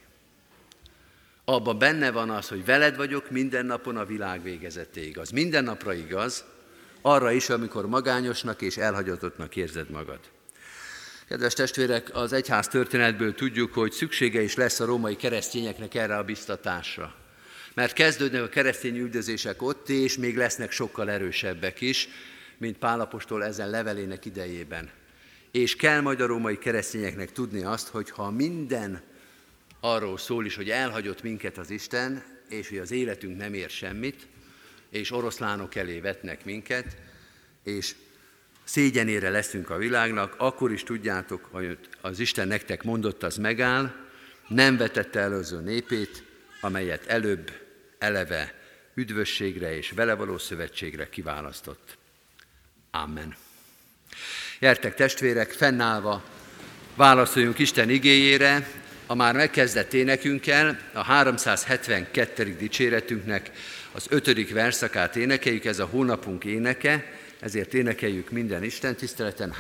A: Abban benne van az, hogy veled vagyok minden napon a világ végezetéig. Az minden napra igaz, arra is, amikor magányosnak és elhagyatottnak érzed magad. Kedves testvérek, az egyház történetből tudjuk, hogy szüksége is lesz a római keresztényeknek erre a biztatásra. Mert kezdődnek a keresztény üldözések ott, és még lesznek sokkal erősebbek is, mint Pál apostol ezen levelének idejében. És kell majd a római keresztényeknek tudni azt, hogy ha minden arról szól is, hogy elhagyott minket az Isten, és hogy az életünk nem ér semmit, és oroszlánok elé vetnek minket, és szégyenére leszünk a világnak, akkor is tudjátok, hogy az Isten nektek mondott, az megáll, nem vetette előző népét, amelyet előbb eleve üdvösségre és vele való szövetségre kiválasztott. Amen. Gyertek testvérek, fennállva válaszoljunk Isten igéjére, a már megkezdett énekünkkel, a 372. dicséretünknek az 5. verszakát énekeljük, ez a hónapunk éneke, ezért énekeljük minden Isten tiszteleten.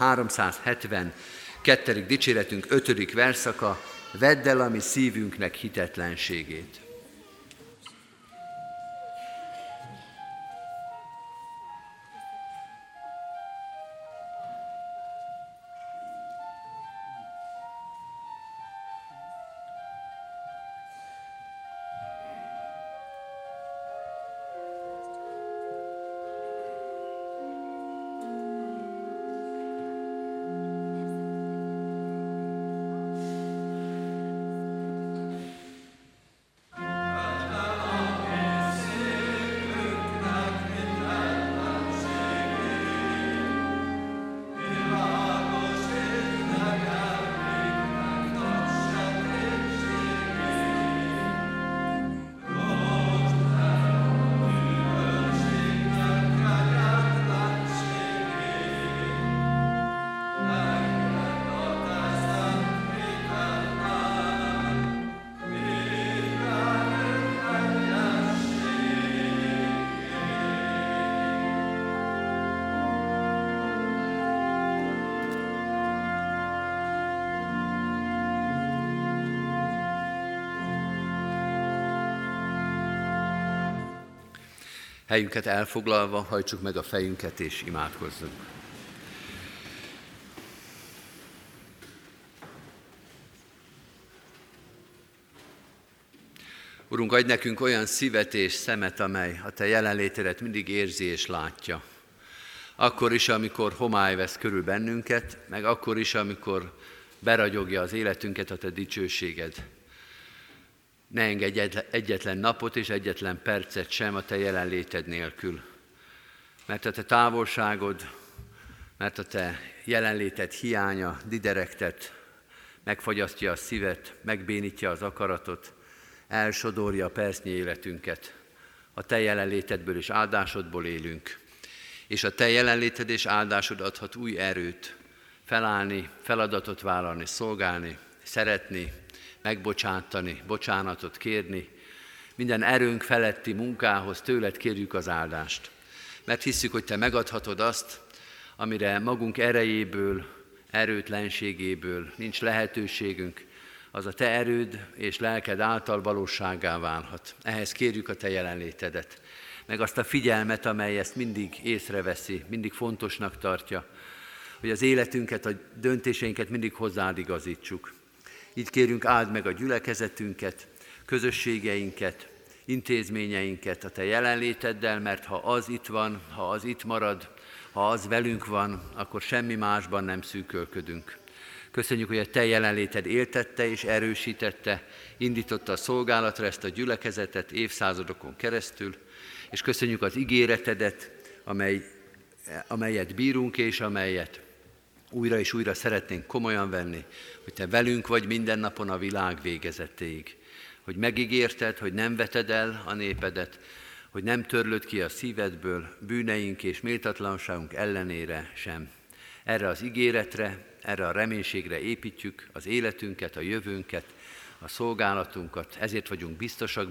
A: 372. dicséretünk 5. verszaka, vedd el a mi szívünknek hitetlenségét. Helyünket elfoglalva hajtsuk meg a fejünket és imádkozzunk. Urunk, adj nekünk olyan szívet és szemet, amely a Te jelenlétedet mindig érzi és látja. Akkor is, amikor homály vesz körül bennünket, meg akkor is, amikor beragyogja az életünket a Te dicsőséged. Ne engedj egyetlen napot és egyetlen percet sem a Te jelenléted nélkül. Mert a Te távolságod, mert a Te jelenléted hiánya diderektet, megfagyasztja a szívet, megbénítja az akaratot, elsodorja a percnyi életünket. A Te jelenlétedből és áldásodból élünk. És a Te jelenléted és áldásod adhat új erőt, felállni, feladatot vállalni, szolgálni, szeretni, megbocsátani, bocsánatot kérni. Minden erőnk feletti munkához tőled kérjük az áldást. Mert hisszük, hogy Te megadhatod azt, amire magunk erejéből, erőtlenségéből nincs lehetőségünk, az a Te erőd és lelked által valósággá válhat. Ehhez kérjük a Te jelenlétedet, meg azt a figyelmet, amely ezt mindig észreveszi, mindig fontosnak tartja, hogy az életünket, a döntéseinket mindig hozzád igazítsuk. Így kérünk, áld meg a gyülekezetünket, közösségeinket, intézményeinket a Te jelenléteddel, mert ha az itt van, ha az itt marad, ha az velünk van, akkor semmi másban nem szűkölködünk. Köszönjük, hogy a Te jelenléted éltette és erősítette, indította a szolgálatra ezt a gyülekezetet évszázadokon keresztül, és köszönjük az ígéretedet, amelyet bírunk és amelyet újra és újra szeretnénk komolyan venni, hogy Te velünk vagy minden napon a világ végezetéig. Hogy megígérted, hogy nem veted el a népedet, hogy nem törlöd ki a szívedből bűneink és méltatlanságunk ellenére sem. Erre az ígéretre, erre a reménységre építjük az életünket, a jövőnket, a szolgálatunkat, ezért vagyunk biztosak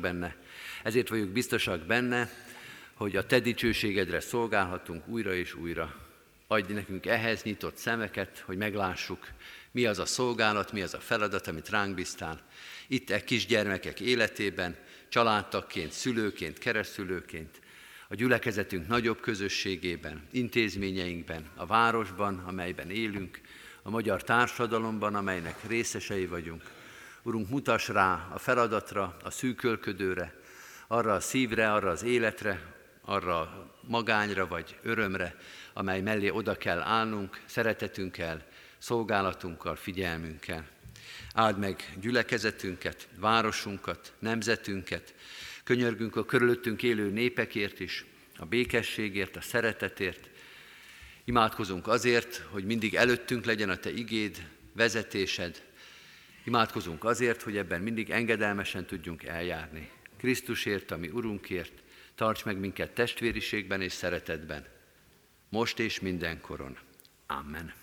A: benne, hogy a Te dicsőségedre szolgálhatunk újra és újra. Adj nekünk ehhez nyitott szemeket, hogy meglássuk, mi az a szolgálat, mi az a feladat, amit ránk bíztál. Itt kisgyermekek életében, családtagként, szülőként, keresztülőként, a gyülekezetünk nagyobb közösségében, intézményeinkben, a városban, amelyben élünk, a magyar társadalomban, amelynek részesei vagyunk. Urunk, mutass rá a feladatra, a szűkölködőre, arra a szívre, arra az életre, arra a magányra vagy örömre, amely mellé oda kell állnunk, szeretetünkkel, szolgálatunkkal, figyelmünkkel. Áld meg gyülekezetünket, városunkat, nemzetünket, könyörgünk a körülöttünk élő népekért is, a békességért, a szeretetért. Imádkozunk azért, hogy mindig előttünk legyen a Te igéd, vezetésed. Imádkozunk azért, hogy ebben mindig engedelmesen tudjunk eljárni. Krisztusért, a mi Urunkért, tarts meg minket testvériségben és szeretetben, most és mindenkoron. Amen.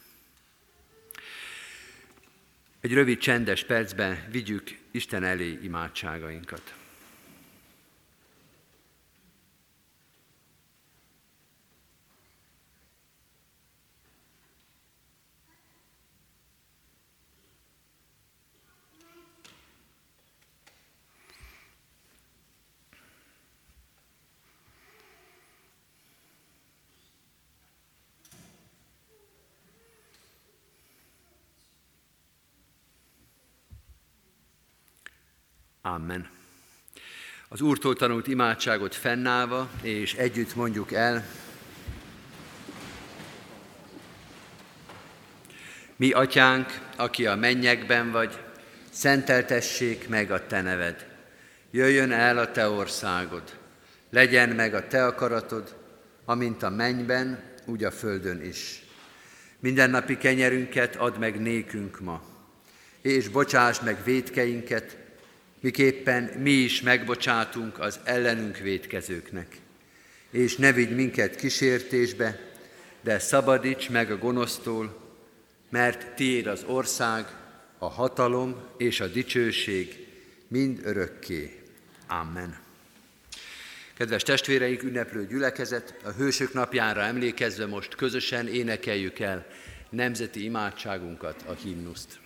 A: Egy rövid csendes percben vigyük Isten elé imádságainkat. Amen. Az Úrtól tanult imádságot fennállva, és együtt mondjuk el. Mi atyánk, aki a mennyekben vagy, szenteltessék meg a Te neved. Jöjjön el a Te országod. Legyen meg a Te akaratod, amint a mennyben, úgy a földön is. Mindennapi kenyerünket add meg nékünk ma, és bocsáss meg vétkeinket, miképpen mi is megbocsátunk az ellenünk vétkezőknek. És ne vigy minket kísértésbe, de szabadíts meg a gonosztól, mert Tiéd az ország, a hatalom és a dicsőség mind örökké. Amen. Kedves testvéreink, ünneplő gyülekezet, a Hősök napjára emlékezve most közösen énekeljük el nemzeti imádságunkat, a himnuszt.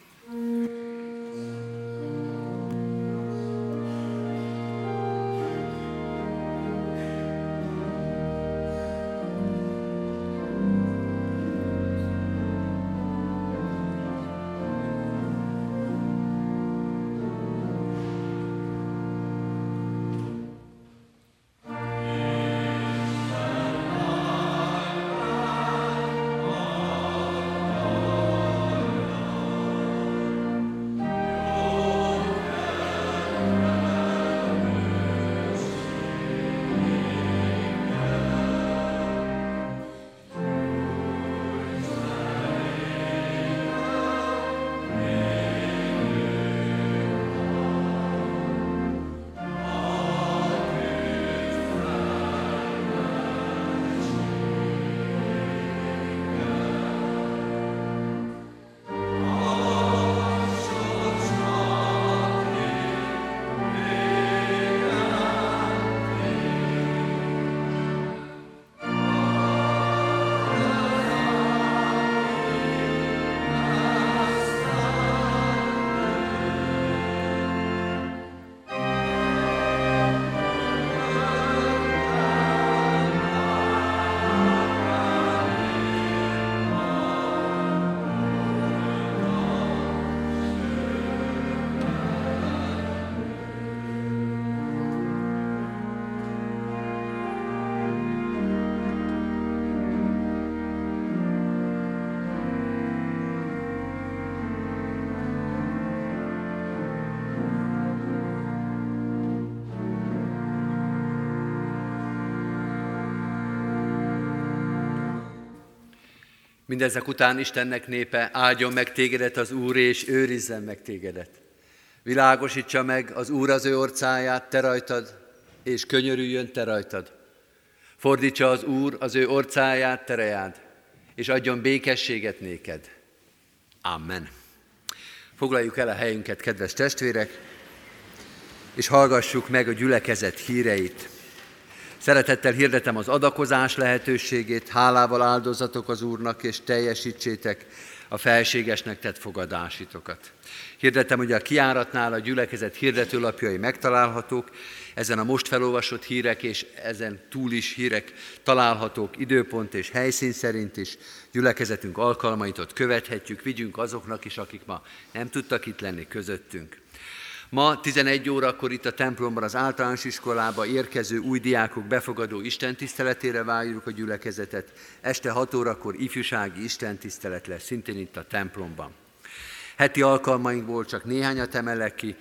A: Mindezek után Istennek népe, áldjon meg tégedet az Úr, és őrizzen meg tégedet. Világosítsa meg az Úr az ő orcáját te rajtad, és könyörüljön te rajtad. Fordítsa az Úr az ő orcáját te reád, és adjon békességet néked. Amen. Foglaljuk el a helyünket, kedves testvérek, és hallgassuk meg a gyülekezet híreit. Szeretettel hirdetem az adakozás lehetőségét, hálával áldozatok az Úrnak, és teljesítsétek a felségesnek tett fogadásitokat. Hirdetem, hogy a kijáratnál a gyülekezet hirdetőlapjai megtalálhatók, ezen a most felolvasott hírek és ezen túl is hírek találhatók időpont és helyszín szerint is. Gyülekezetünk alkalmait ott követhetjük, vigyünk azoknak is, akik ma nem tudtak itt lenni közöttünk. Ma 11 órakor itt a templomban az általános iskolába érkező új diákok befogadó istentiszteletére várjuk a gyülekezetet. Este 6 órakor ifjúsági istentisztelet lesz, szintén itt a templomban. Heti alkalmainkból csak néhányat emelek ki.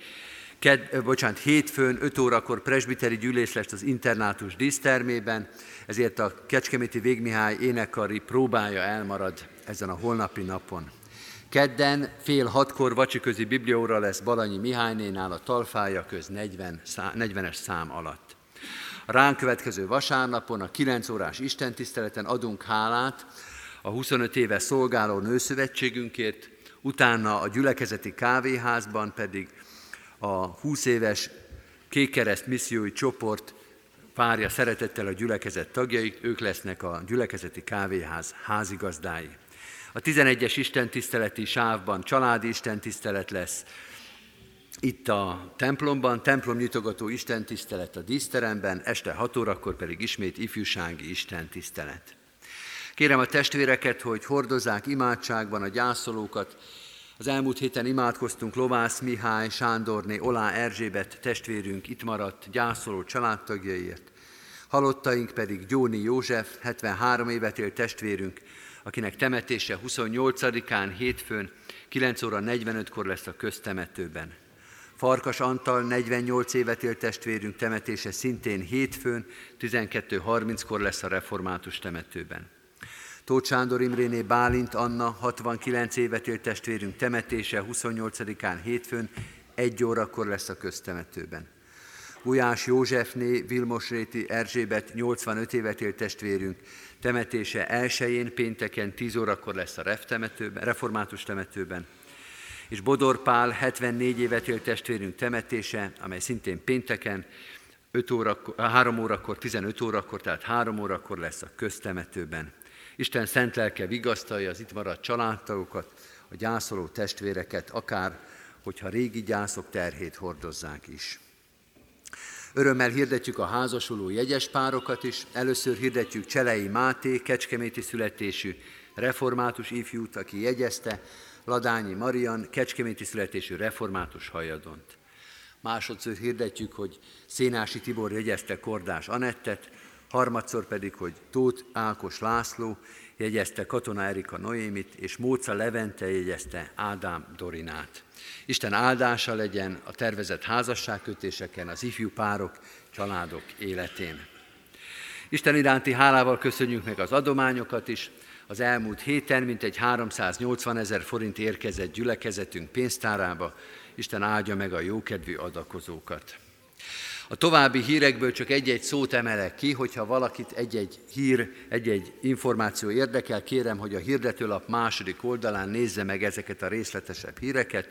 A: Hétfőn 5 órakor presbiteri gyűlés lesz az internátus dísztermében, ezért a Kecskeméti Végmihály énekkari próbája elmarad ezen a holnapi napon. Kedden 5:30 vacsiközi bibliaóra lesz Balanyi Mihálynénál a Talfája köz 40-es szám alatt. A ránk következő vasárnapon a 9 órás istentiszteleten adunk hálát a 25 éve szolgáló nőszövetségünkért, utána a gyülekezeti kávéházban pedig a 20 éves Kékkereszt missziói csoport várja szeretettel a gyülekezet tagjait, ők lesznek a gyülekezeti kávéház házigazdái. A 11-es istentiszteleti sávban családi istentisztelet lesz itt a templomban, templomnyitogató istentisztelet a díszteremben, este 6 órakor pedig ismét ifjúsági istentisztelet. Kérem a testvéreket, hogy hordozzák imádságban a gyászolókat. Az elmúlt héten imádkoztunk Lovász Mihály, Sándorné, Olá Erzsébet testvérünk itt maradt gyászoló családtagjaiért. Halottaink pedig Gyóni József, 73 évet élt testvérünk, akinek temetése 28-án hétfőn 9 óra 45-kor lesz a köztemetőben. Farkas Antal, 48 évet élt testvérünk, temetése szintén hétfőn 12:30-kor lesz a református temetőben. Tóth Sándor Imréné Bálint Anna, 69 évet élt testvérünk, temetése 28-án hétfőn 1 órakor lesz a köztemetőben. Gulyás Józsefné Vilmosréti Erzsébet, 85 évet élt testvérünk, temetése 1-én pénteken 10 órakor lesz a református temetőben. És Bodor Pál, 74 évet élt testvérünk temetése, amely szintén pénteken 3 órakor, 15 órakor, tehát 3 órakor lesz a köztemetőben. Isten szent lelke vigasztalja az itt maradt családtagokat, a gyászoló testvéreket, akár hogyha régi gyászok terhét hordozzák is. Örömmel hirdetjük a házasuló jegyes párokat is. Először hirdetjük Cselei Máté, kecskeméti születésű református ifjút, aki jegyezte, Ladányi Marian, kecskeméti születésű református hajadont. Másodszor hirdetjük, hogy Szénási Tibor jegyezte Kordás Anettet, harmadszor pedig, hogy Tóth Ákos László jegyezte Katona Erika Noémit, és Móca Levente jegyezte Ádám Dorinát. Isten áldása legyen a tervezett házasságkötéseken, az ifjú párok, családok életén. Isten iránti hálával köszönjük meg az adományokat is. Az elmúlt héten mintegy 380 000 forint érkezett gyülekezetünk pénztárába. Isten áldja meg a jókedvű adakozókat. A további hírekből csak egy-egy szót emelek ki, hogyha valakit egy-egy hír, egy-egy információ érdekel, kérem, hogy a hirdetőlap második oldalán nézze meg ezeket a részletesebb híreket.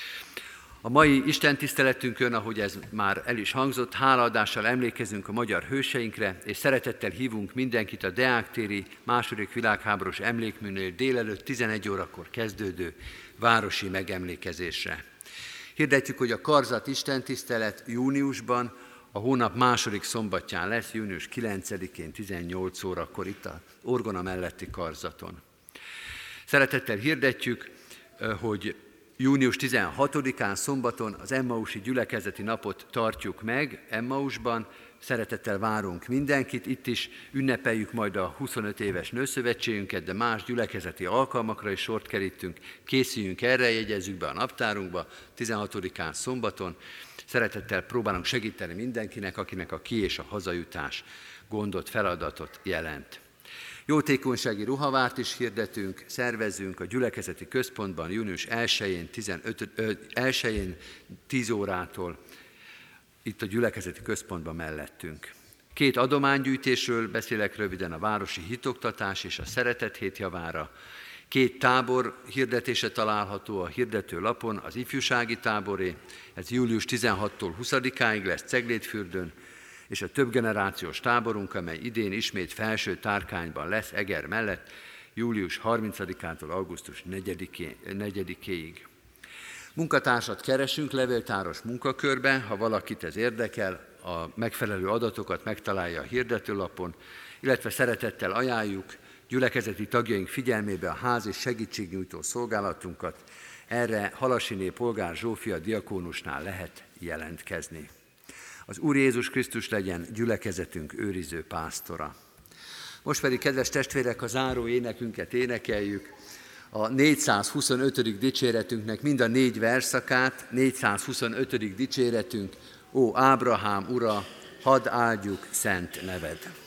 A: A mai istentiszteletünkön, ahogy ez már el is hangzott, hálaadással emlékezünk a magyar hőseinkre, és szeretettel hívunk mindenkit a Deák-téri II. Világháborús emlékműnél délelőtt 11 órakor kezdődő városi megemlékezésre. Hirdetjük, hogy a karzat istentisztelet júniusban, a hónap második szombatján lesz, június 9-én 18 órakor itt az orgona melletti karzaton. Szeretettel hirdetjük, hogy június 16-án szombaton az Emmausi gyülekezeti napot tartjuk meg Emmausban. Szeretettel várunk mindenkit, itt is ünnepeljük majd a 25 éves nőszövetségünket, de más gyülekezeti alkalmakra is sort kerítünk. Készüljünk erre, jegyezzük be a naptárunkba 16-án szombaton. Szeretettel próbálunk segíteni mindenkinek, akinek a ki- és a hazajutás gondot, feladatot jelent. Jótékonysági ruhavárt is hirdetünk, szervezzünk a gyülekezeti központban június 1-én 10 órától, itt a gyülekezeti központban mellettünk. 2 adománygyűjtésről beszélek röviden, a városi hitoktatás és a szeretet hét javára. 2 tábor hirdetése található a hirdetőlapon, az ifjúsági táboré, ez július 16-tól 20-áig lesz Ceglédfürdőn, és a többgenerációs táborunk, amely idén ismét Felső Tárkányban lesz, Eger mellett, július 30-ától augusztus 4-éig. Munkatársat keresünk levéltáros munkakörbe, ha valakit ez érdekel, a megfelelő adatokat megtalálja a hirdetőlapon, illetve szeretettel ajánljuk gyülekezeti tagjaink figyelmébe a ház és segítségnyújtó szolgálatunkat. Erre Halasiné Polgár Zsófia diakónusnál lehet jelentkezni. Az Úr Jézus Krisztus legyen gyülekezetünk őriző pásztora. Most pedig, kedves testvérek, a záró énekünket énekeljük. A 425. dicséretünknek mind a 4 verszakát, 425. dicséretünk, Ó Ábrahám ura, hadd áldjuk szent neved!